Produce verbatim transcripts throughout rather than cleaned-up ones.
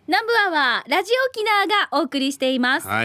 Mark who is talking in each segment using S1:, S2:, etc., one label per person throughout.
S1: 南部アワーラジオ沖縄がお送りしています。
S2: はい。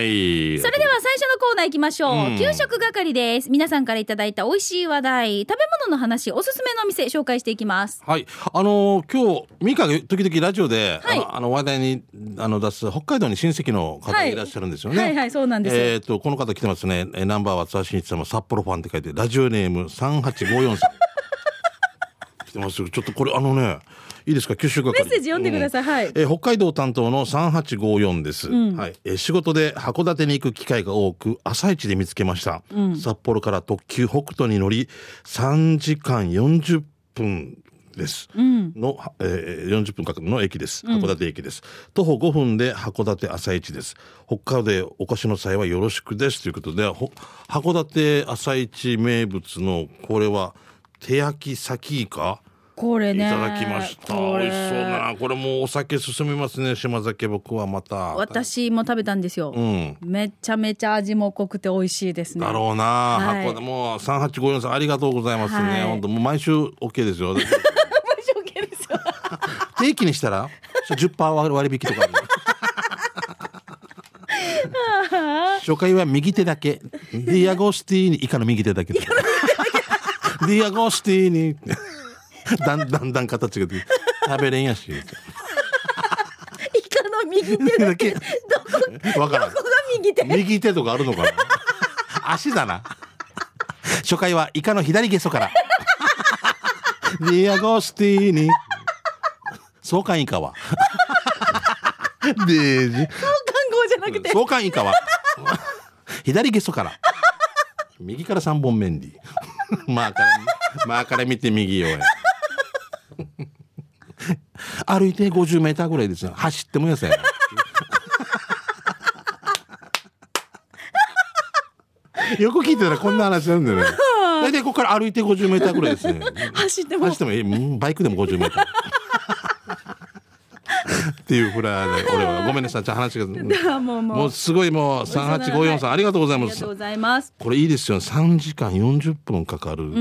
S1: それでは最初のコーナー行きましょう、
S2: うん、
S1: 給食係です。皆さんからいただいた美味しい話題、食べ物の話、おすすめのお店紹介していきます。
S2: はい。あのー、今日ミカが時々ラジオで、
S1: はい、
S2: あの、あの話題にあの出す北海道に親戚の方がいらっしゃるんですよね。
S1: はい、はいはいそうなんです。
S2: えっ、ー、とこの方来てますね。ナンバーは津田真一さんも札幌ファンって書いてラジオネームさんはちごよんさん来てます。ちょっとこれあのね。いいですか、九州係
S1: メッセージ読んでください、うんはい
S2: えー、北海道担当のさんはちごよんです、うんはいえー、仕事で函館に行く機会が多く朝一で見つけました、うん、札幌から特急北斗に乗りさんじかんよんじゅっぷんですの、うんえー、よんじゅっぷんかかるの駅です。函館駅です、うん、徒歩ごふんで函館朝市です。北海道でお越しの際はよろしくですということで、函館朝市名物のこれは手焼きさきイカ
S1: これね
S2: いただきました。美味しそうだな。これもお酒進みますね。島酒僕はまた
S1: 私も食べたんですよ、うん、めちゃめちゃ味も濃くて美味しいですね。
S2: だろうな、はい、箱でもうさんはちごよんさんありがとうございますね、はい、本当もう毎週 OK ですよ毎週
S1: OK ですよ
S2: 定期にしたら じゅっパーセント 割引とか初回は右手だけディアゴスティーニイカの右手だけディアゴスティーニだんだんだん形が食べれんやしイ
S1: カの右手だけどこわからんどこが右手
S2: 右手とかあるのかな足だな。初回はイカの左ゲソからディアゴスティーニ相関イカは
S1: で相関号じゃなくて
S2: 相関イカは左ゲソから右からさんぼんメンディまあからまあから見て右よ歩いてごじゅうメーターぐらいですよ。走ってもやさやよく聞いてたらこんな話なんだよね。大体ここから歩いてごじゅうメーターぐらいですね。
S1: 走っても
S2: 走ってもえバイクでもごじゅうメーターっていうフラーで俺はごめんなさい。じゃあ話がもう、もう、もうすごいもうさんはちごよんさんありがとうございます。
S1: ありがとうございます。
S2: これいいですよ。さんじかんよんじゅっぷんかかる、うん、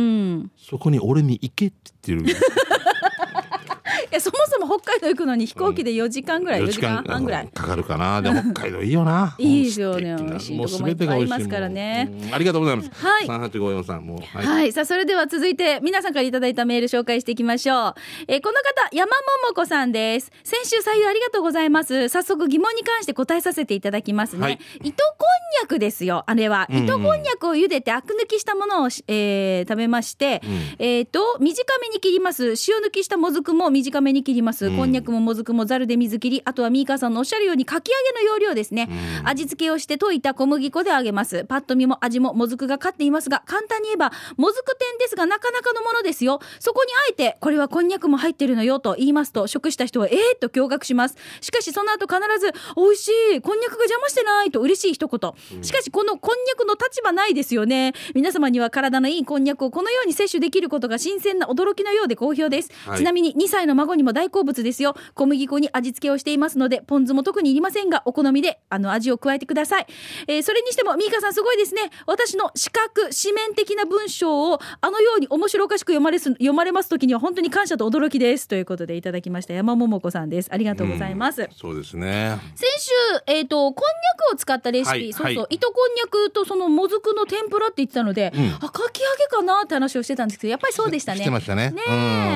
S2: そこに俺に行けって言ってる
S1: いやそもそも北海道行くのに飛行機でよじかんぐらい、うん、よじかんはんぐらい
S2: かかるかな。で北海道いいよない
S1: いですよね。美味しいとこもいっぱいありますからね。
S2: ありがとうございます、
S1: はい、
S2: さんはちごよんさんも、はい
S1: はい、さあそれでは続いて皆さんからいただいたメール紹介していきましょう。えー、この方山桃子さんです。先週採用ありがとうございます。早速疑問に関して答えさせていただきますね、はい、糸こんにゃくですよ。あれは、うんうん、糸こんにゃくを茹でてアク抜きしたものを、えー、食べまして、うん、えー、と短めに切ります。塩抜きしたもずくも短めに切ります、うん、こんにゃくももずくもざるで水切り、あとはミーカーさんのおっしゃるようにかき揚げの要領ですね、うん、味付けをして溶いた小麦粉で揚げます。パッと見も味ももずくが勝っていますが、簡単に言えばもずく天ですがなかなかのものですよ。そこにあえてこれはこんにゃくも入ってるのよと言いますと、食した人はえーっと驚愕します。しかしその後必ず美味しい、こんにゃくが邪魔してないと嬉しい一言、うん、しかしこのこんにゃくの立場ないですよね。皆様には体のいいこんにゃくをこのように摂取できることが新鮮な驚きのようで好評です、はい、ちなみににさいの孫にも大好物ですよ。小麦粉に味付けをしていますのでポン酢も特にいりませんがお好みであの味を加えてください、えー、それにしてもミーカさんすごいですね。私の視覚紙面的な文章をあのように面白おかしく読まれす読まれます時には本当に感謝と驚きですということでいただきました山桃子さんです。ありがとうございます、うん、
S2: そうですね。
S1: 先週、えーと、こんにゃくを使ったレシピ、はい、そうそう、はい、糸こんにゃくとそのもずくの天ぷらって言ってたので、うん、あかき揚げかなって話をしてたんですけどやっぱりそうでしたね。
S2: してましたね。
S1: ね、
S2: うん、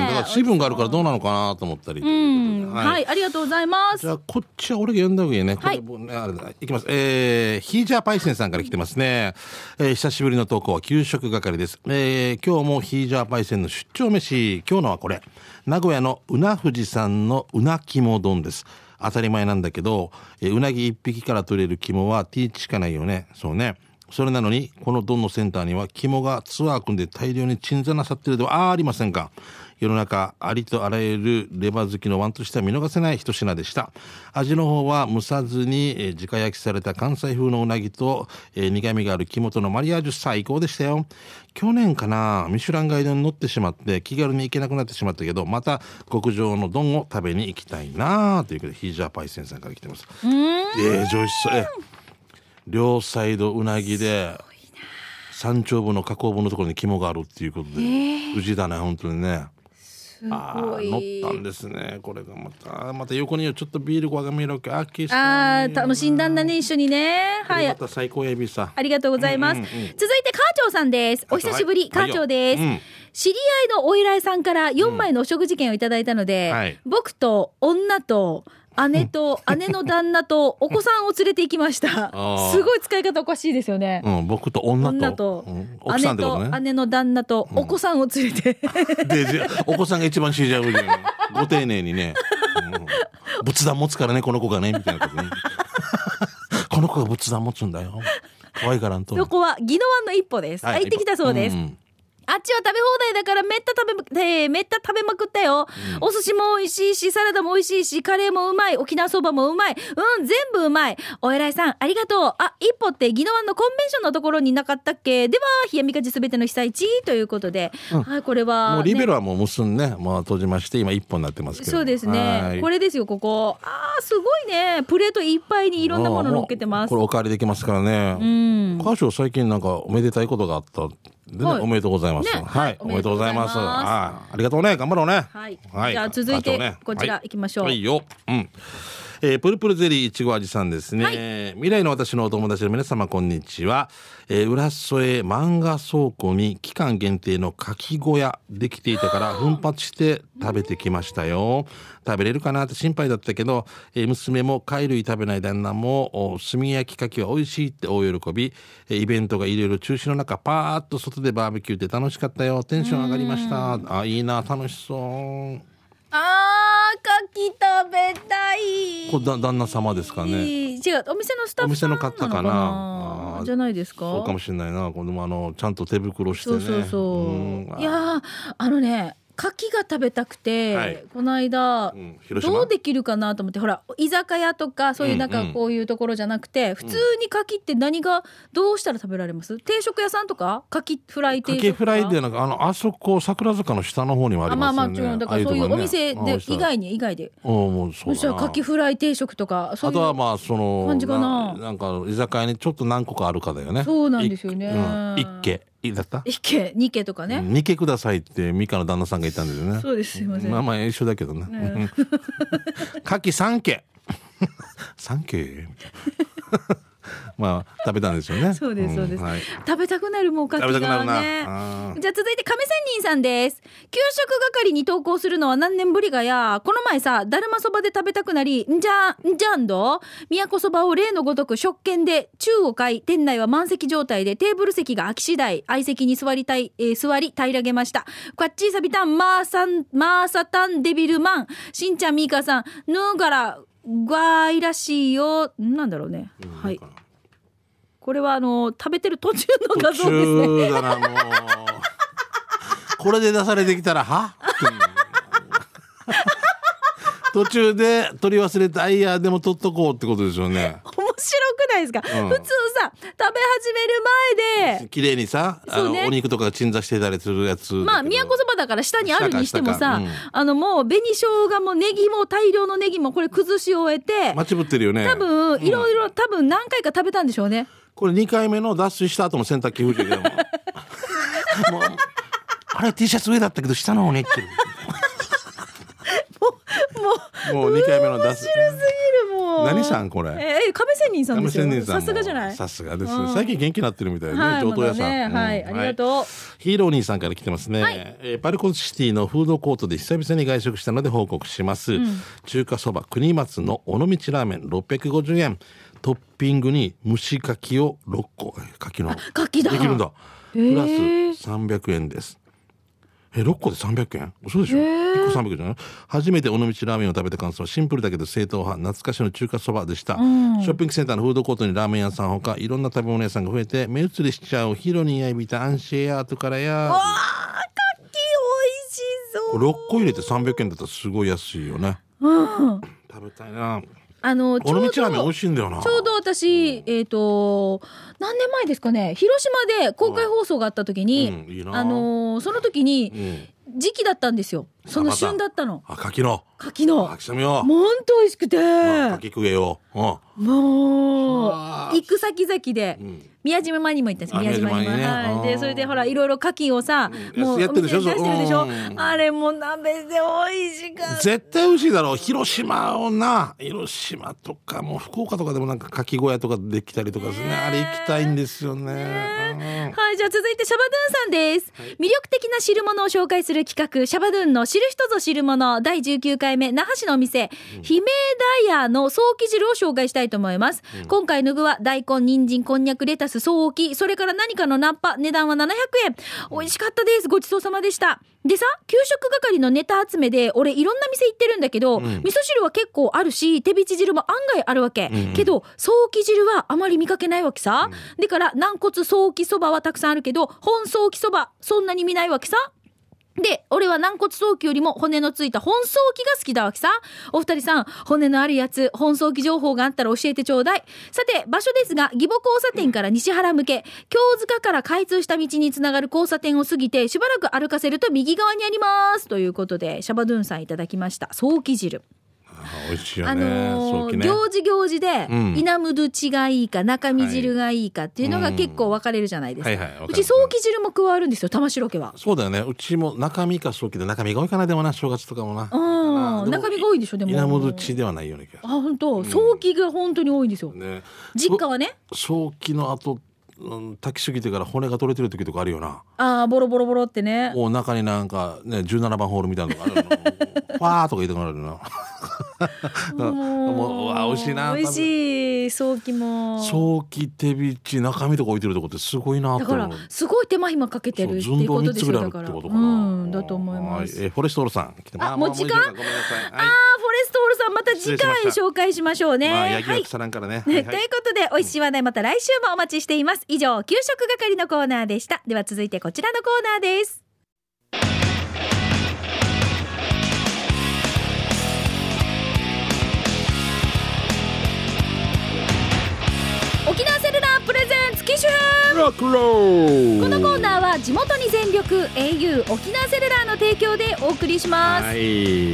S2: だから水分があるからどうなのかなと思ったり、
S1: うんはい、はい、ありがとうございます。
S2: じゃあこっちは俺が読んだ方がいいね。これ、はい、ね、あれだいきます。えー、ヒージャーパイセンさんから来てますね、えー、久しぶりの投稿は給食係です、えー、今日もヒージャーパイセンの出張飯、今日のはこれ名古屋のうな富士さんのうな肝丼です。当たり前なんだけど、えー、うなぎ一匹から取れる肝は T しかないよね。そうね。それなのにこの丼のセンターには肝がツアー組んで大量に鎮座なさっているではありませんか。世の中ありとあらゆるレバー好きのワンとしては見逃せない一品でした。味の方は蒸さずに、えー、直焼きされた関西風のうなぎと、えー、苦味がある肝とのマリアージュ最高でしたよ。去年かなミシュランガイドに乗ってしまって気軽に行けなくなってしまったけど、また極上の丼を食べに行きたいなということでヒージャーパイセンさんから来てます。
S1: うーん、
S2: えー、上質そう、えー、両サイドうなぎで山頂部の加工部のところに肝があるっていうことで、えー、宇治だね本当にね。
S1: すすごい。
S2: 乗ったんですね。これがまたまた横にちょっとビールごが見るけあき
S1: あー楽しんだんだね一緒にね。はい。
S2: また最高やびさ。
S1: ありがとうございます。うんうんうん、続いてカーチョーさんです。お久しぶり、カーチョーです。はいうん、知り合いのお依頼さんからよんまいのお食事券をいただいたので、うんはい、僕と女と姉と姉の旦那とお子さんを連れて行きました。すごい使い方おかしいですよね。
S2: うん、僕と女と、
S1: 女と
S2: うん、奥さんってことね。
S1: 姉と姉の旦那とお子さんを連れて、
S2: うん、でお子さんが一番死んじゃうじゃん。ご丁寧にね、うん、仏壇持つからねこの子がねみたいなことね。この子が仏壇持つんだよ。可愛いからんと。
S1: そこは宜野湾の一歩です。はい、行ってきたそうです。うんうんあっちは食べ放題だからめった食べ、えー、めった食べまくったよ、うん、お寿司も美味しいしサラダも美味しいしカレーもうまい沖縄そばもうまいうん全部うまいお偉いさんありがとうあ一歩って宜野湾のコンベンションのところになかったっけでは冷やみかじすべての被災地ということで、うんはい、これは、ね、
S2: もうリベロはもう結んねもう閉じまして今一本になってますけど
S1: そうですねこれですよここあーすごいねプレートいっぱいにいろんなもの乗っけてます
S2: これおかわりできますからねうんカーショー最近なんかおめでたいことがあったでね、はい、おめでとうございます、ね、はい、おめでとうございます。あありがとうね、頑張ろうね。
S1: はい。はい、じゃあ続いて、ね、こちら行きましょう。
S2: はい、はいよ。うん。えー、プルプルゼリーいちご味さんですね、はい、未来の私のお友達の皆様こんにちは、えー、浦添漫画倉庫に期間限定のかき小屋できていたから奮発して食べてきましたよ。食べれるかなって心配だったけど、えー、娘も貝類食べない旦那も炭焼きかきは美味しいって大喜び、えー、イベントがいろいろ中止の中パーッと外でバーベキューって楽しかったよ。テンション上がりました。あいいな楽しそう。
S1: あーかき食べたい
S2: これだ旦那様ですかね
S1: 違うお店のスタッフさんなのかなお店の方かなじゃないですか
S2: そうかもしれないなこのあのちゃんと手袋してね
S1: そうそうそう、うん、いやあのね牡蠣が食べたくて、はい、この間、うん、どうできるかなと思ってほら居酒屋とかそういうなんかこういうところじゃなくて、うんうん、普通に牡蠣って何がどうしたら食べられます？定食屋さんとか牡蠣フライ定食
S2: 牡蠣フライでなんかあのあそこ桜坂の下の方にもありますよね。あまあまあだ
S1: からそういうお店で以外に以外で
S2: もうそう
S1: したら牡蠣フライ定食とかそういう
S2: あとはまあその
S1: 感じかな。
S2: な, なんか居酒屋にちょっと何個かあるかだよね。
S1: そうなんですよね。
S2: 一軒いいだった
S1: 一軒二軒とかね
S2: 二軒くださいってミカの旦那さんが言ったんですよね。
S1: そうですすいません
S2: まあまあ一緒だけどね、ね牡蠣三軒三軒まあ食べたんですよね。
S1: そうですそうです、うんはい、食べたくなるもう牡蠣がね。食べたくなるな。じゃあ続いて亀仙人さんです。給食係に投稿するのは何年ぶりがやこの前さだるまそばで食べたくなりんじゃんじゃんど都そばを例のごとく食券で中を買い店内は満席状態でテーブル席が空き次第相席に座りたい、えー、座り平らげました。こっちさびたんマーサンマーサタンデビルマンしんちゃんみーかさんぬーがらがいらしいよなんだろうね、うん、はいこれはあの食べてる途中の画像ですね。途中だなもう
S2: これで出されてきたらは途中で取り忘れたいやでも取っとこうってことですよね。
S1: 面白くないですか、うん、普通さ食べ始める前で
S2: 綺麗にさ、ね、あのお肉とかが鎮座してたりするやつ
S1: まあ都そばだから下にあるにしてもさ、うん、あのもう紅生姜もネギも大量のネギもこれ崩し終えて
S2: 待ちぶってるよね。
S1: 多分いろいろ多分何回か食べたんでしょうね。
S2: これにかいめの脱水した後の洗濯機拭いてるけどももうあれ T シャツ上だったけど下の方ねってるもうもうにかいめの脱水面
S1: 白すぎるもう
S2: 何さんこれ
S1: えー、亀仙人さんですよ。さすがじゃない
S2: さすがです、うん、最近元気になってるみたいね、はい、上等屋さん、
S1: ねうん、はいありがとう、はい、
S2: ヒーロー兄さんから来てますね、はいえー、パルコンシティのフードコートで久々に外食したので報告します、うん、中華そば国松の尾道ラーメンろっぴゃくごじゅうえんトッピングに蒸し牡蠣をろっこ牡蠣の
S1: 牡蠣だ
S2: できるんだプラスさんびゃくえんです。えろっこでさんびゃくえん嘘でしょ。いっこさんびゃくえんじゃない。初めて尾道ラーメンを食べた感想はシンプルだけど正統派懐かしの中華そばでした、うん、ショッピングセンターのフードコートにラーメン屋さんほかいろんな食べ物屋さんが増えて目移りしちゃうヒロにやいびたアンシェアートからや
S1: わー牡蠣美味しそう
S2: ろっこ入れてさんびゃくえんだったらすごい安いよね、
S1: うん、
S2: 食べたいな。
S1: あの
S2: ちょうど尾道ラーメン美味しいんだよな。
S1: ちょうど私、うん、えっ、ー、と何年前ですかね広島で公開放送があった時に、うんいいあのー、その時に、うん、時期だったんですよ。その旬だったの。
S2: あ牡蠣の
S1: 牡蠣の
S2: 牡蠣みよ
S1: もうほんと美味しくて、
S2: まあ、牡蠣食えよ、うん、
S1: もう行く先々で、うん、 宮島にも行ったんです。
S2: あ
S1: 宮島にも、
S2: 宮島にね
S1: はい、
S2: あー
S1: でそれでほらいろいろ牡蠣をさ、
S2: うん
S1: もう
S2: やってるでしょ
S1: お店に出してるでしょ、
S2: うん
S1: あれも鍋で美味しかった。
S2: 絶対美味しいだろう。広島をな、広島とかもう福岡とかでもなんか牡蠣小屋とかできたりとかですね、あれ行きたいんですよね。
S1: はい、じゃあ続いてシャバドゥンさんです、はい、魅力的な汁物を紹介する企画、シャバドゥンの知る人ぞ知るものだいじゅうきゅうかいめ、那覇市のお店、うん、姫田屋のソーキ汁を紹介したいと思います、うん、今回の具は大根、人参、こんにゃく、レタス、ソーキ、それから何かのナッパ、値段はななひゃくえん、美味しかったです。ごちそうさまでした。でさ、給食係のネタ集めで俺いろんな店行ってるんだけど、うん、味噌汁は結構あるし、手びち汁も案外あるわけ、うん、けどソーキ汁はあまり見かけないわけさ、うん、だから軟骨ソーキそばはたくさんあるけど、本ソーキそばそんなに見ないわけさ。で、俺は軟骨ソーキよりも骨のついた本ソーキが好きだわけさ。お二人さん、骨のあるやつ、本ソーキ情報があったら教えてちょうだい。さて、場所ですが、義母交差点から西原向け、京塚から開通した道につながる交差点を過ぎて、しばらく歩かせると右側にあります。ということで、シャバドゥンさんいただきました。ソーキ汁。
S2: 美味しいよね、
S1: あのー
S2: ね、
S1: 行事行事で、うん、稲むどちがいいか中身汁がいいかっていうのが結構分かれるじゃないですか、はいはいはい、うちソーキ汁も加わるんですよ、玉城家は。
S2: そうだよね、うちも中身かソーキで中身が多いかな。でもな、正月とかもな、
S1: うん、中身が多いでしょ。でも
S2: 稲むどちではないような気が。
S1: あ、本当、うん、ソーキが本当に多いんですよ、ね、実家はね。
S2: ソーキの後うん、炊きすぎてから骨が取れてる時とかあるよな。
S1: あー、ボロボロボロってね。
S2: もう中になんかねじゅうななばんホールみたいなのがあるのファーとか言いたくなるなもう、うわ美味しいな。
S1: 美味しいソーキも。
S2: ソーキ、手びち、中身とか置いてるとこってすごいなと思う。
S1: だからすごい手間暇かけてるっていうことでしょ。だから、うん、だと思います。
S2: はい、えー、フォレストオールさん来てます。
S1: あ、もう時間？あー、フォレストオールさんまた次回紹介しましょうね。
S2: まあ、ヤギの草なんからね、
S1: はいはい、ということで美味しい話題また来週もお待ちしています。以上、給食係のコーナーでした。では続いてこちらのコーナーです。沖縄セルラープレゼンツ機種編。このコーナーは地元に全力 エーユー 沖縄セルラーの提供でお送りします、はい、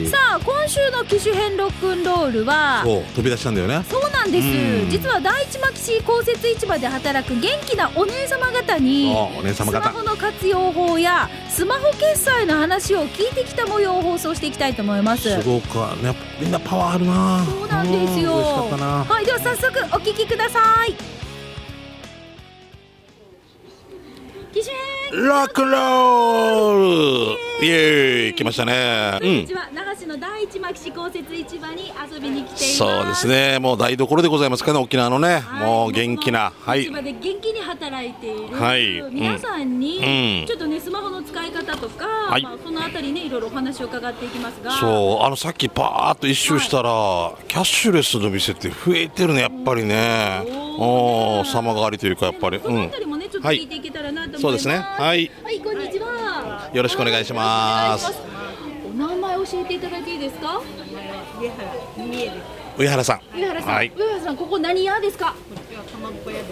S1: さあ今週の機種編ロックンロールは
S2: そう飛び出したんだよね。
S1: そうなんです。実は第一牧市公設市場で働く元気なお姉様方に
S2: お姉様方
S1: スマホの活用法やスマホ決済の話を聞いてきた模様を放送していきたいと思います。
S2: すごくね、みんなパワーあるな。
S1: そうなんですよ。
S2: 嬉しかったな。
S1: はい、では早速お聞きください。
S2: ロックンロールイエーイ来ましたね。
S1: こんにちは、うん、那覇市の第一牧市公設市場に遊びに来ています。
S2: そうですね、もう台所でございますかね、沖縄のね、はい、もう元気な、はい、
S1: 市場で元気に働いている、
S2: はい、
S1: 皆さんに、
S2: うん、
S1: ちょっとねスマホの使い方とか、はい、まあ、そのあたりねいろいろお話を伺っていきますが、
S2: そう、あのさっきパーッと一周したら、はい、キャッシュレスの店って増えてるね、やっぱりね。おお、様変わりというかやっぱり、
S1: そのあたりもね、うん、ちょっと聞いていけたらなと思います。
S2: そうですね。はい、
S1: はい、こんにちは。
S2: よろしくお願いします。
S1: お名前教えていただいていいですか？
S3: 上原美恵です。
S2: 上原さん。
S1: 上原さん。はい、上原さん、ここ何屋ですか？こ
S3: っちはかまぼこ屋です。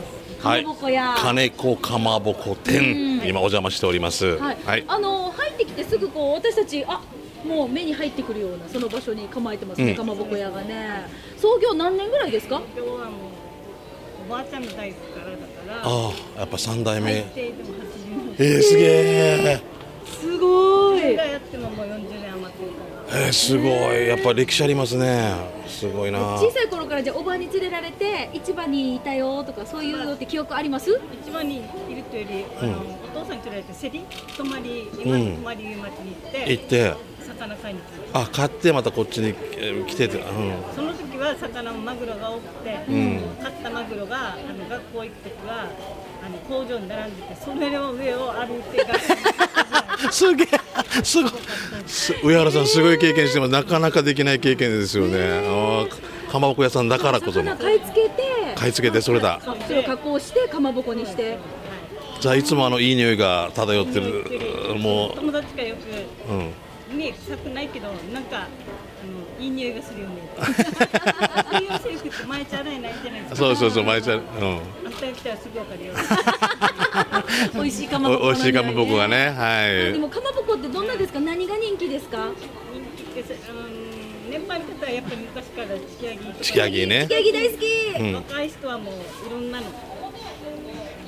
S1: かまぼこ屋。
S2: はい、金子かまぼこ店、今お邪魔しております。
S1: はい。はい、あの入ってきてすぐこう私たちあもう目に入ってくるようなその場所に構えてますね、うん、かまぼこ屋がね。創業何年ぐらいですか？
S3: 今日はもうおばあちゃんの代からだから。
S2: ああ、やっぱ三代目。
S3: 入ってでもはちじゅうねん。
S2: えー、すげえ。
S1: すごい。
S3: やってももうよんじゅうねん余ってるから。
S2: えー、すごい。やっぱ歴史ありますね。すごいな。
S1: 小さい頃からじゃあおばに連れられて市場にいたよとかそういうのって記憶あります？
S3: 市場にいるというより、あの、うん、お父さんに連れられて競り泊まり今の泊まり町に行って、
S2: 行って
S3: 魚買いに来て。
S2: あ、買ってまたこっちに来てて、うん、
S3: その時は魚マグロが多くて、うん、買ったマグロがあの学校行く時はあの工場に並んでて、それの上を歩いて学校
S2: すげえ、すごい。上原さんすごい経験してます。なかなかできない経験ですよね。あ、かまぼこ屋さんだからこその。
S1: 買い付けて、
S2: 買い付けてそれだ。
S1: それを加工してかまぼこにして。
S2: じゃあいつもあのいい匂いが漂ってる。もう
S3: 友達がよく。うんね、臭くないけどなんかあのいい匂いがするよね。いい匂いせんくって毎日洗えないじゃないですか。
S2: そうそうそう、毎日洗う。うん。
S3: 明日来たらすぐわかるよ。
S1: 美味しいかまぼこ、
S2: 美味しいかまぼこがね、はい。
S1: でもかまぼこってどんなですか？何が人気ですか？
S3: 人気です。あの年配の方はやっぱり昔からチキヤギとか。
S2: チキヤギね。
S1: チキヤギ大好き。
S3: 若い人はもういろんなの。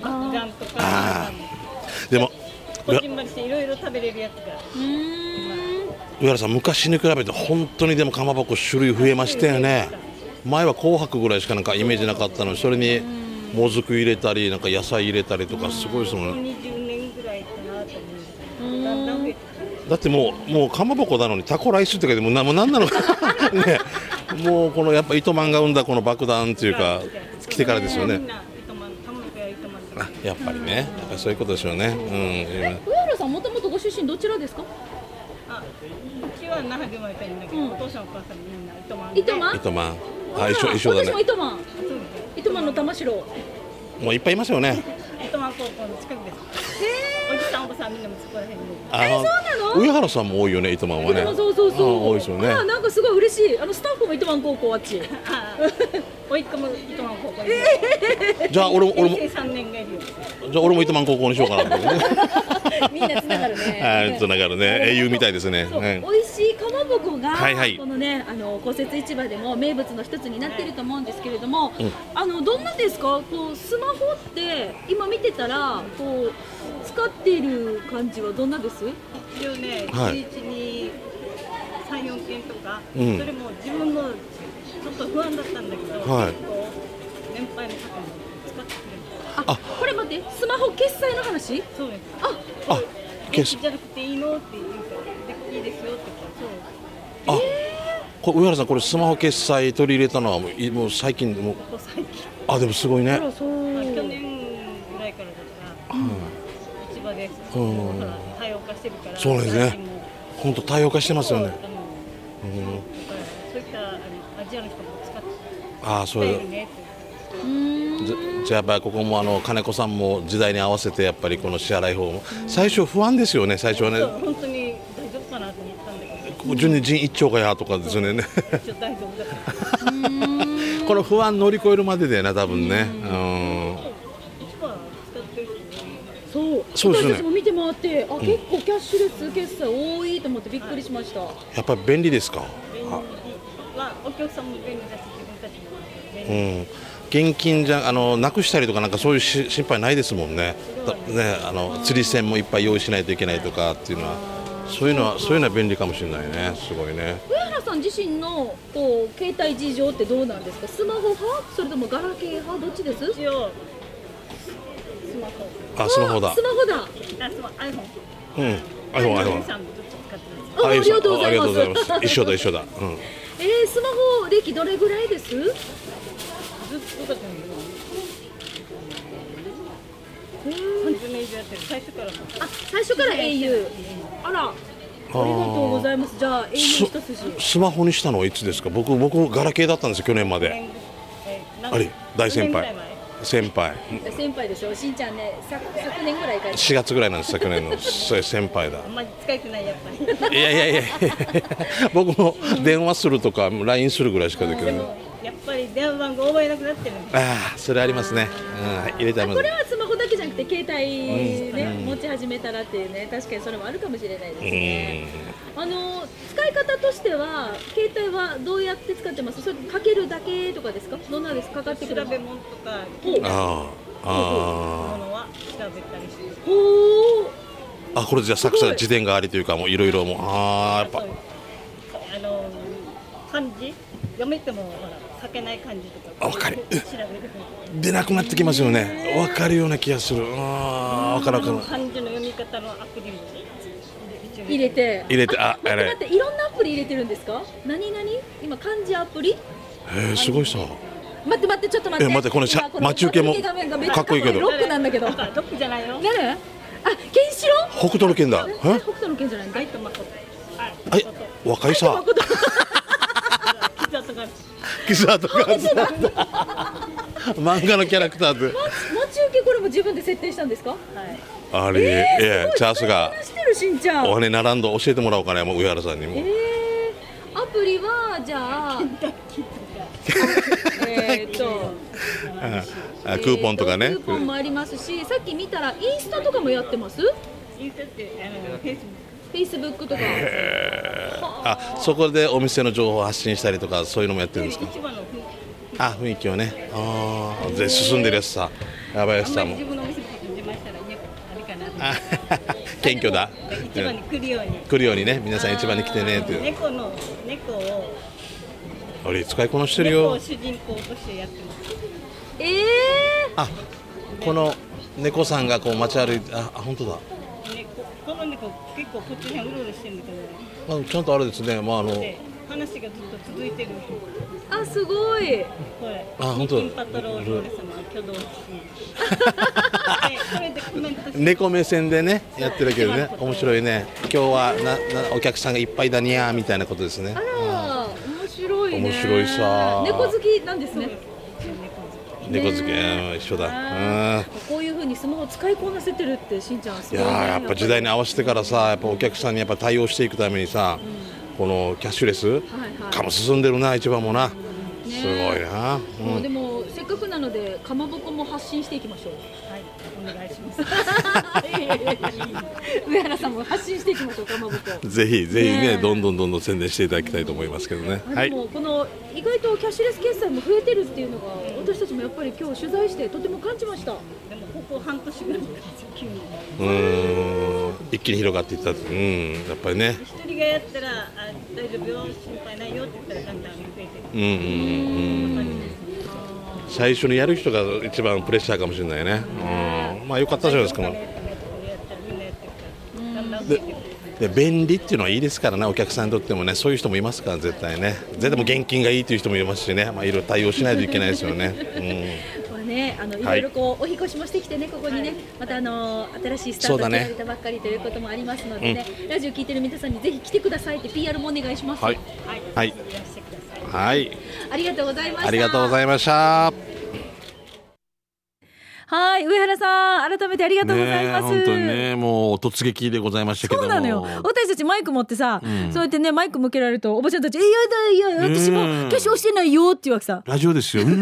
S3: 爆弾と
S2: あ
S3: か
S2: でも
S3: こじんまりしていろいろ食べれるやつが
S1: うーん
S2: 上原さん、昔に比べて本当にでもかまぼこ種類増えましたよね。前は紅白ぐらいしかなんかイメージなかったのに、それにもずく入れたりなんか野菜入れたりとかすごいですもんね。
S3: にじゅうねんぐらいかなと思う。だんだん増えて
S2: だってもうもうかまぼこなのにタコライスって書いてもうなもう何なのかね。もうこのやっぱ糸満が生んだこの爆弾っていうか来てからですよね。
S3: みんな糸満、たまごや糸満とか
S2: あやっぱりね、やっぱりそういうことでしょうね。
S1: え上原さんもともとご出身どちらですか？
S3: あ、うちは那覇で生まれたんだけど、
S1: うん
S3: お父さんお母さんみんな糸満で。
S1: 糸満
S2: うん、糸満あ一緒一緒だ
S1: 私も
S2: ね。
S1: 糸満
S3: そうですよ。
S1: 糸満の玉城。
S2: もういっぱいいますよね。
S3: 糸満高校の近くです。おじさんおばさんみんなもそこら辺に。
S2: あの
S1: そうなの
S2: 上原さんも多いよね、糸満はね。
S1: 糸満そうそうそう。
S2: あ多いですよね。
S1: あなんかすごい嬉しい。あのスタッフも糸満高校あっち。
S3: あおいっ子も糸満高校に。
S2: じゃあ俺も俺も
S3: 平成さんねんがいるよ。
S2: じゃあ俺も糸満高校にしようかなと思ってね。
S1: みんなつながるね。
S2: はい、つながるね。英雄みたいですね。
S1: そう
S2: はい
S1: 美味しいかまぼこが、
S2: はいはい
S1: このねあの公設市場でも名物の一つになっていると思うんですけれども、
S2: うん
S1: あのどんなですかこうスマホって今見てたらこう使っている感じはどんなです？
S3: 一応ね、
S2: はい
S3: いちにちにさん、よんけんとか、
S2: うん
S3: それも自分のちょっと不安だったんだけど、
S2: はい
S3: 結構年配の方も使ってくれる。
S1: あ
S2: あ
S1: これ待ってスマホ決済の話？
S3: そうです。
S1: あ
S2: あ、
S3: 電
S2: 決
S3: 気じゃなくていいのって言うから、でいいですよって言ったら、そう。
S2: あ、これ上原さんこれスマホ決済取り入れたのはもういもう最近もう
S3: ここ最近、
S2: あでもすごいね。
S1: あらそう。
S3: まあ、去年ぐらいからだから、市場で、
S2: うん
S3: もうほら多様化してるから、
S2: そうなんですね
S3: 外人も
S2: 本当多様化してますよね。
S3: あのだからそういったあのアジアの人も使って
S2: ああそういう
S3: 使えるねって。
S1: うーん
S2: じゃじゃあやっぱりここもあの金子さんも時代に合わせてやっぱりこの支払い方も最初不安ですよね。最初はね
S3: そう本当に大丈夫かなと思ったんだけど、
S2: ここ順に人一丁かやとかですよね。
S3: 一応大丈夫だった。
S2: この不安乗り越えるまでだよね多分ね。うん。
S3: 一番使ってる人多い。
S1: そう
S2: そうですね
S1: 私たちも見て回ってあ、結構キャッシュレス決済多いと思ってびっくりしました。
S2: やっぱり便利ですか。
S3: 便利はお客さんも便利だし自分たちも便
S2: う
S3: 利。
S2: ん。現金じゃあのなくしたりとかなんかそういうし心配ないですもんね。だねあの釣り銭もいっぱい用意しないといけないとかっていうのはそういうのはそういうのは便利かもしれないね。すごいね。
S1: 上原さん自身のこう携帯事情ってどうなんですか？スマホ派それともガラケー派どっちです？
S3: 一応スマホ、
S2: あスマホだ
S1: あ。スマホだ。
S3: あスマ iPhone。
S2: うん。
S3: ア
S2: iPhone
S3: イ
S2: iPhone
S3: フォンさんもずっと使ってます。
S1: あありがとうございます
S2: ありがとうございます。一緒だ一緒だ。うん。
S1: えー、スマホ歴どれぐらいです？
S3: ずっとだったんだけど、さんじゅうねん以上やってる最初からの。
S1: あ、最初から エーユー。あら、ありがとうございます。じゃあ エーユー 一筋。
S2: スマホにしたのはいつですか。僕僕ガラケーだったんですよ去年まで。あれ大先輩先輩
S1: 先輩ですよ。しんちゃんね、昨昨年ぐらいから。
S2: しがつぐらいなんですよ去年のそれ先輩だ。
S3: あんまり使えてないやっぱり。
S2: いやいやいや僕も電話するとか ライン するぐらいしかできない。
S3: でもやっぱり電話番号覚えなくなってるんで。
S2: ああそれありますね。うん入れてあります
S1: これ。はスマホだけじゃなくて携帯ね、
S2: うん
S1: 持ち始めたらっていうね、確かにそれもあるかもしれないです
S2: う
S1: ね。
S2: ん。
S1: あの使い方としては携帯はどうやって使ってます？それかけるだけとかですか？どんなですかかってくるの？
S3: 調べ物とか気
S1: ほう
S3: になる
S2: あああ
S3: ものは調べたりして。
S1: ほー
S2: ああこれじゃあ作者辞典がありというかもういろいろもうああやっぱ
S3: そうあの漢字読めてもほら書けない漢字とか。
S2: あわかる
S3: 調べる。
S2: 出なくなってきますよね。わかるような気がする。ああわかるわかる。
S3: 漢字の読み方のアプリも
S1: 入れて。
S2: 入れてあ
S1: 待って
S2: あれ
S1: 待っていろんなアプリ入れてるんですか？何何？今漢字アプリ？
S2: えー、すごいさ。
S1: 待って待ってちょっと待って。
S2: え待ってこのしゃ
S1: 今
S2: 待ち受けも
S1: 待ち受画面がめっちゃ
S2: かっこいいけど
S1: ロックなんだけど。
S3: ロックじゃないよ。
S1: 誰？あ、ケンシロウ？
S2: 北斗の剣だ。
S1: え
S2: え
S1: 北斗の拳じゃないんだ。
S3: 愛と誠。
S2: はい若いさ。
S3: キザとか。
S2: キザとか漫画のキャラクターで。
S1: 待ち受けこれも自分で設定したんですか？
S3: はい。
S2: あれ、ええチャンスが
S1: 話してるしんちゃん。
S2: お金並んど教えてもらおうかなもう上原さんにも。
S1: えー、アプリはじゃあえーっと
S2: あクーポンとかね
S1: えー。クーポンもありますし、さっき見たらインスタとかもやってます？
S3: インスタってあのフェイスブッ
S1: フェイスブックとか。
S2: あそこでお店の情報を発信したりとかそういうのもやってるんですか。
S3: ク。一番の雰囲気。
S2: あ雰囲気をね。ああで進んでるやつさやばいやつさも
S3: あんまり自。分のお店
S2: 謙虚だ。
S3: 一番に来るように、
S2: 来るようにね、皆さん一番に来てねっていう。
S3: 猫の猫を
S2: あれ使いこなしてるよ。
S3: 猫を主人公としてやってます。
S1: えー、
S2: あ、この猫さんがこう街歩いて、あ、本当だ。
S3: 猫、この猫結構こっちにうろうろしてるんだけどね。
S2: あ、ちゃんとあれですね。まああの。
S3: で話がずっと続いてる。
S1: あ、すごい。
S3: これ。
S2: あ、本当だ。
S3: ピンパトロール様挙動不審。これでコメントして。
S2: 猫目線でねやってるけどね、面白いね。今日はななお客さんがいっぱいだにゃーみたいなことですね。
S1: あら、面白いね。
S2: 面白いさ。
S1: 猫好きなんですね。
S2: 猫好き、ね、一緒だ。うん。
S1: こういう風にスマホを使いこなせてるってしんちゃんすごい、ね。
S2: いややっぱ時代に合わせてからさ、やっぱお客さんにやっぱ対応していくためにさ、うん、このキャッシュレス、はいはい、かも進んでるな一番もな。ね、すごいな。
S1: うん、でもせっかくなのでかまぼこも発信していきましょう。
S3: はい、お願いします。
S1: 上原さんも発信していきましょう、かまぼこ。
S2: ぜひぜひ ね, ねどんどんどんどん宣伝していただきたいと思いますけどね。
S1: でもこの意外とキャッシュレス決済も増えてるっていうのが私たちもやっぱり今日取材してとても感じました。
S3: でもここ半年ぐらい急に。
S2: うーん、一気に広がっていった。うん、やっぱりね。
S3: 一人がやったらあ大丈夫よ、心配ないよって言ったらだんだん増えてる。
S2: うんうんうん。最初にやる人が一番プレッシャーかもしれないね。うん、まあ良かったじゃないですか。で, で便利っていうのはいいですからね、お客さんにとってもね、そういう人もいますから絶対ね。絶対も現金がいいという人もいますしね、まあいろいろ対応しないといけないですよね。うん。まあ
S1: ね、あのいろいろこう、はい、お引越しもしてきてね、ここにね、またあの新しいスタートが切られたばっかりということもありますのでね、うん、ラジオ聞いてる皆さんにぜひ来てくださいって ピーアール もお願いします。
S2: はい。はい。はい。
S1: ありがとうございました。
S2: ありがとうございました。
S1: はい、上原さん改めてありがとうございます。
S2: ね、本当にね、もう突撃でございましたけども。
S1: そうなのよ。私たちマイク持ってさ、うん、そうやってねマイク向けられるとおばちゃんたち、え、やだいや私も化粧してないよっていうわけさ。
S2: ラジオですよ。うん、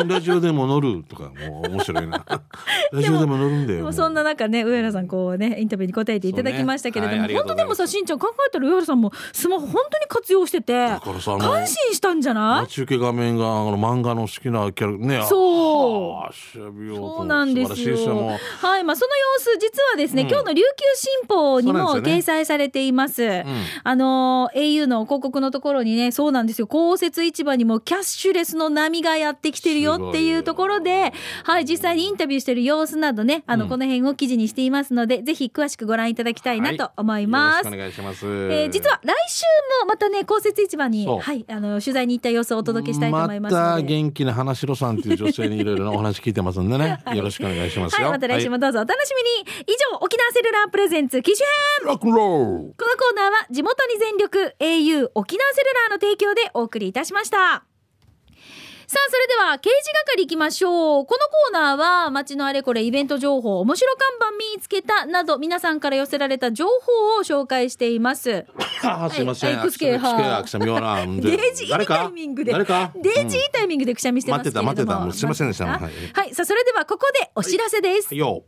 S2: ラジオでも乗るとか、もう面白いな。ラジオでも乗るんだよ。
S1: でもそんな中ね、上原さんこうねインタビューに答えていただきましたけれども、ね、はい、本当でもさ、しんちゃん考えたら上原さんもスマホ本当に活用してて、だからさ、感心したんじゃない？
S2: 待ち受け画面があの漫画の好きなキャラね。
S1: そう。
S2: そう
S1: なんですよ。はい、まあその様子実はですね、うん、今日の琉球新報にも掲載されています。うん、あの エーユー の広告のところにね、そうなんですよ。公設市場にもキャッシュレスの波がやってきてるよっていうところで、はい、実際にインタビューしてる様子などね、あの、うん、この辺を記事にしていますので、ぜひ詳しくご覧いただきたいなと思います。
S2: はい、よろしくお願いします。
S1: えー、実は来週もまたね、公設市場に、はい、あの取材に行った様子をお届けしたいと思いますので。
S2: また元気な花城さんという女性にいろいろなお話聞いてますんでね、はい、よろしくお願いしますよ。
S1: はい、また来週もどうぞお楽しみに。はい、以上、沖縄セルラープレゼンツ機種編
S2: ロックンロール。こ
S1: のコーナーは地元に全力 エーユー 沖縄セルラーの提供でお送りいたしました。さあ、それでは刑事係行きましょう。このコーナーは街のあれこれイベント情報、面白看板見つけたなど皆さんから寄せられた情報を紹介しています。
S2: あ、すいません。
S1: はい、くすけは。
S2: くしゃみはな。
S1: デージいいタイミングで。
S2: 誰か？
S1: デージいいタイミングでくしゃみしてますけれども。
S2: 待ってた待ってた。もうすいませんでした。はい。
S1: はい、さあそれではここでお知らせです。
S2: よ。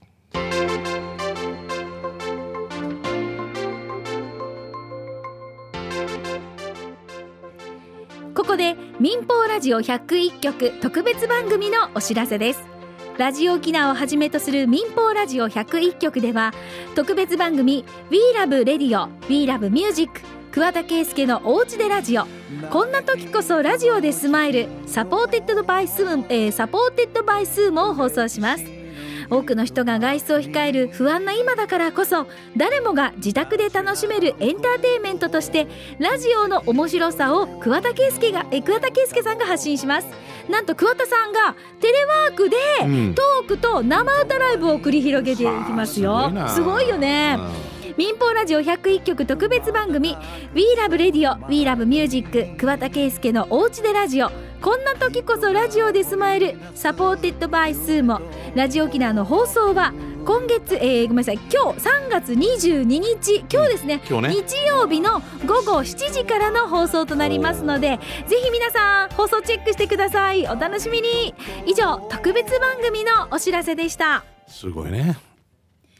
S1: ここで民放ラジオひゃくいっきょく特別番組のお知らせです。ラジオ沖縄をはじめとする民放ラジオひゃくいっきょくでは特別番組 We Love Radio、 We Love Music、 桑田佳祐のおうちでラジオ、こんな時こそラジオでスマイル、サポーテッドバイスーム、えー、サポーテッドバイスームを放送します。多くの人が外出を控える不安な今だからこそ、誰もが自宅で楽しめるエンターテインメントとしてラジオの面白さを桑田佳祐がえ桑田佳祐さんが発信します。なんと桑田さんがテレワークでトークと生歌ライブを繰り広げていきますよ。うん、すごいよね。民放ラジオひゃくいっきょく特別番組 We Love Radio、 We Love Music、 桑田佳祐のおうちでラジオ、こんな時こそラジオでスマイル、サポーテッドバイスーモ。ラジオ沖縄の放送は今月、えー、ごめんなさい、今日さんがつにじゅうににち、今日ですね、うん、今日ね、日曜日のごごしちじからの放送となりますので、ぜひ皆さん放送チェックしてください。お楽しみに。以上、特別番組のお知らせでした。
S2: すごいね。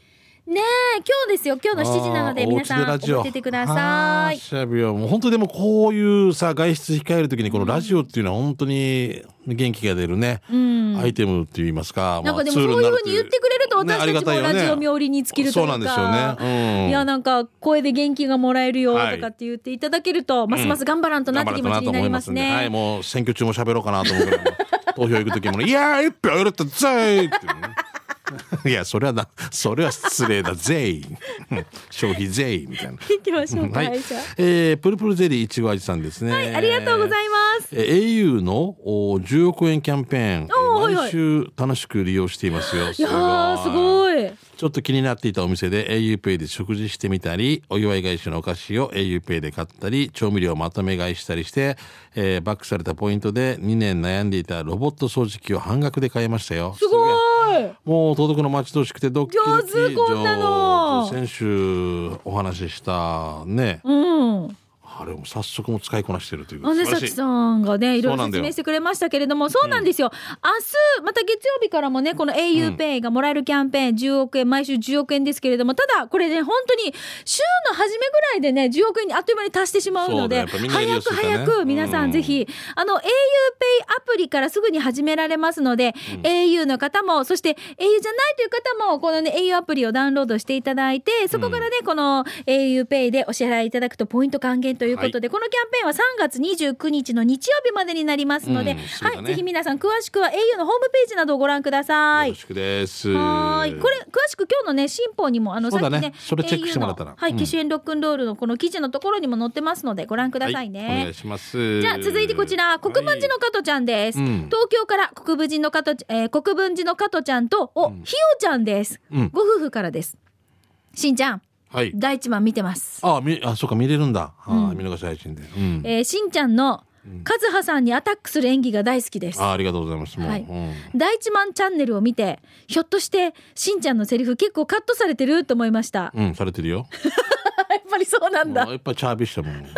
S1: ねえ、今日ですよ。今日のしちじなので皆さん覚えててください。
S2: シャビはもう本当にでもこういうさ外出控えるときにこのラジオっていうのは本当に元気が出るね、うん、アイテムって言いますか、
S1: なんかでもそういうふうに言ってくれると私たちもラジオ冥利に尽きるというか、
S2: ね、そうなんですよね、うん、
S1: いやなんか声で元気がもらえるよとかって言っていただけると、はい、ますます頑張らんとなって気持ちになりますね、
S2: うん、はい、もう選挙中も喋ろうかなと思うから投票行くときも、ね、いやー一票入れたぜーっていうねいやそれはなそれは失礼だぜ消費税みたいな。
S1: 行きましょうか、はい、
S2: えー、プルプルゼリーいちご味さんですね、
S1: はい、ありがとうございます。
S2: えー、エーユー のじゅうおくえんキャンペーン、毎週楽しく利用していますよ。
S1: いやーすごい。
S2: ちょっと気になっていたお店で auPay で食事してみたり、お祝い返しのお菓子を auPay で買ったり、調味料をまとめ買いしたりして、えー、バックされたポイントでにねん悩んでいたロボット掃除機を半額で買いましたよ。
S1: すごい。
S2: もう届くの待ち遠しくてドッキドキ
S1: 上手。こんなの
S2: 先週お話ししたね、
S1: うん、
S2: あれも早速も使いこなしてるという
S1: 姉崎さんがねいろいろ説明してくれましたけれども、そうなんですよ、うん、明日また月曜日からもねこの auPay がもらえるキャンペーンじゅうおくえん、毎週じゅうおくえんですけれども、ただこれね本当に週の初めぐらいでねじゅうおくえんにあっという間に達してしまうので、
S2: ね、
S1: 早く早く皆さんぜひ、うん、あの auPay アプリからすぐに始められますので、うん、au の方もそして au じゃないという方もこのね au アプリをダウンロードしていただいて、そこからね、うん、この auPay でお支払いいただくとポイント還元ということで、はい、このキャンペーンはさんがつにじゅうくにちの日曜日までになりますので、うんね、はい、ぜひ皆さん詳しくは au のホームページなどをご覧ください。
S2: よろしくです。
S1: はい、これ詳しく今日のね新報にもあのさっきね、ね
S2: それチェックしてもらったら、
S1: はい、機種編ロックンロールのこの記事のところにも載ってますのでご覧くださいね、
S2: はい、お願いします。
S1: じゃあ続いてこちら国分寺の加トちゃんです、はい、うん、東京から国分寺の加ト、えー、国分寺の加トちゃんとお、うん、ひよちゃんです、うん、ご夫婦からです。しんちゃん、はい、第一番見てます。
S2: あみあそうか見れるんだ、うん、あ見逃し配信で、うん、
S1: えー、しんちゃんのカズハさんにアタックする演技が大好きです。
S2: あ、ありがとうございます。もう、
S1: はい、うん、第一マンチャンネルを見てひょっとしてしんちゃんのセリフ結構カットされてると思いました。
S2: うん、されてるよ
S1: やっぱりそうなんだ。
S2: やっぱチャービーしたもん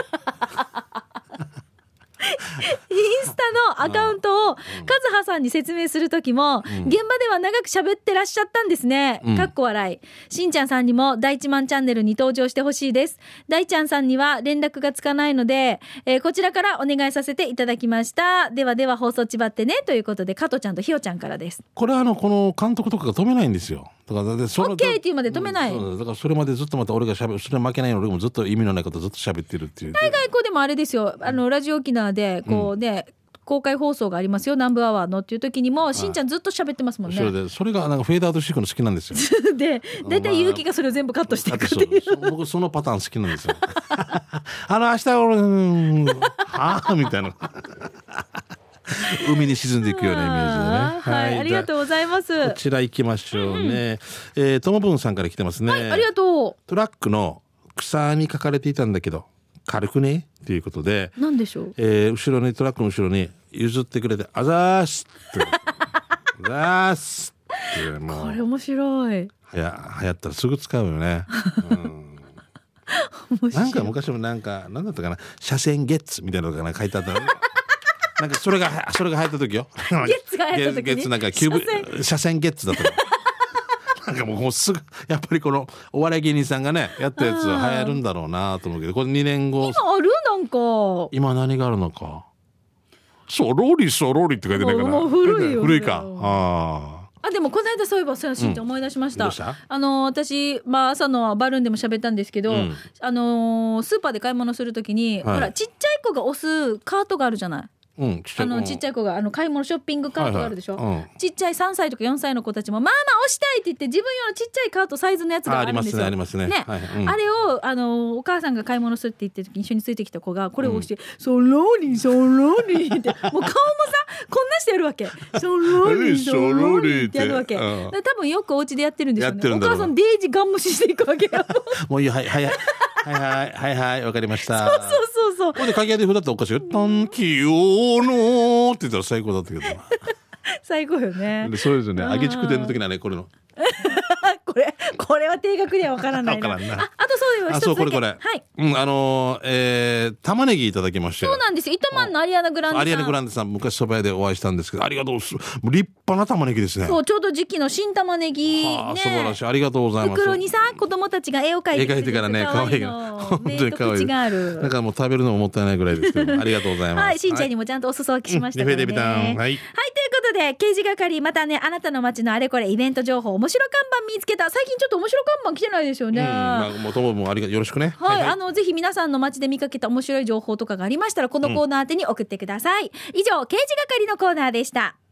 S1: インスタのアカウントをカズハさんに説明する時も、うん、現場では長く喋ってらっしゃったんですね、うん、かっこ笑い。しんちゃんさんにも第一マンチャンネルに登場してほしいです。大ちゃんさんには連絡がつかないので、えー、こちらからお願いさせていただきました。ではでは放送ちばってねということで加トちゃんとひよちゃんからです。
S2: これはあのこの監督とかが止めないんですよ。だからでそれ
S1: OK っていうまで止めない、
S2: うん、だからそれまでずっとまた俺が喋る、それ負けないの俺もずっと意味のないことずっと喋ってるっていう。
S1: 海外こうでもあれですよ、あのラジオ沖縄でこうね、うん、公開放送がありますよ、南部アワーのっていう時にもしんちゃんずっと喋ってますもんね。
S2: それでそれがなんかフェードアウトしていくの好きなんですよ
S1: でだいたい結城がそれを全部カットしていくっていう、
S2: まあ、僕そのパターン好きなんですよあの明日俺うんはあみたいな海に沈んでいくようなイメージでね、
S1: はい、はい、ありがとうございます。
S2: こちら行きましょうね、うん、えー、ともぶんさんから来てますね、
S1: はい、ありがとう。
S2: トラックの草に書かれていたんだけど軽くねということで、
S1: 何でしょう、
S2: えー、後ろにトラックの後ろに譲ってくれてあざーすってあざーすってもう
S1: これ面白い。
S2: はや流行ったらすぐ使うよね、うん、なんか昔もなんかなんだったかな、車線ゲッツみたいなのが書いてあったのなんかそれがそれが流行った時よ
S1: ゲッツが流行った時に
S2: ゲッツなんかキューブ車線ゲッツだったなんかもうすぐやっぱりこのお笑い芸人さんがねやったやつは流行るんだろうなと思うけど、これにねんご
S1: 今あるなんか
S2: 今何があるのか、そろりそろりって書いてないかな。
S1: もう古いよ、ね、
S2: 古いか。あ
S1: あでもこの間そういえばそうしんちゃん思い出しました、
S2: うん、どうした？
S1: あの私、まあ、朝のバルーンでも喋ったんですけど、うん、あのスーパーで買い物するときに、はい、ほらちっちゃい子が押すカートがあるじゃない。
S2: うん、ちっちゃい
S1: あのちっちゃい子があの買い物ショッピングカートがあるでしょ、はいはい、うん、ちっちゃいさんさいとかよんさいの子たちもまあまあ押したいって言って自分用のちっちゃいカートサイズのやつがあるんですよ。
S2: ありますねありますね、
S1: ね、
S2: はい、うん、あ
S1: れをあのお母さんが買い物するって言ってる時に一緒についてきた子がこれを押して、うん、そろりそろりってもう顔もさこんなしてやるわけそろりそろりってやるわけ、うん、多分よくお家でやってるんでしょうね。お母さんデージガン無視していくわけよ
S2: もういいはいはいはいはいはいはいわかりました。
S1: そうそうそうそう。
S2: ここで鍵屋で振だったらおかしいよ。短期用のって言ったら最高だったけど
S1: 最高よね。
S2: でそうですよね。揚げ筑前の時なねこれの
S1: これこれは定額には分からないな。
S2: 分からんな。
S1: あ、あとそそうよ。
S2: あ、そう、これこれ。
S1: はい。
S2: うん、あのー、えー、玉ねぎいただきまして。
S1: そうなんですよ。糸満のアリアナグランデさん。
S2: アリアナグランデさん、昔蕎麦屋でお会いしたんですけど、ありがとう。立派な玉ねぎですね。
S1: そう、ちょうど時期の新玉ねぎ。
S2: はあ、
S1: ね、
S2: 素晴らしい。ありがとうございます。
S1: 袋にさ、子供たちが絵を描いて。
S2: 絵描いてからね、可愛いの。本当に可愛い。なんかもう食べるのももったいないぐらいですけど、ありがとうございます。
S1: はい、しんちゃんにもちゃんとお裾分けしましたからね。
S2: うん、はい、はい、という
S1: ことで、刑事係、またね、あなたの街のあれこれイベント情報、面白看板見つけた。最近ちょっと面白看板来てないですよね。うん、まあ、
S2: もとももありがよろしくね。
S1: はい、はい、あのぜひ皆さんの街で見かけた面白い情報とかがありましたら、このコーナー宛てに送ってください。うん、以上、刑事係のコーナーでした。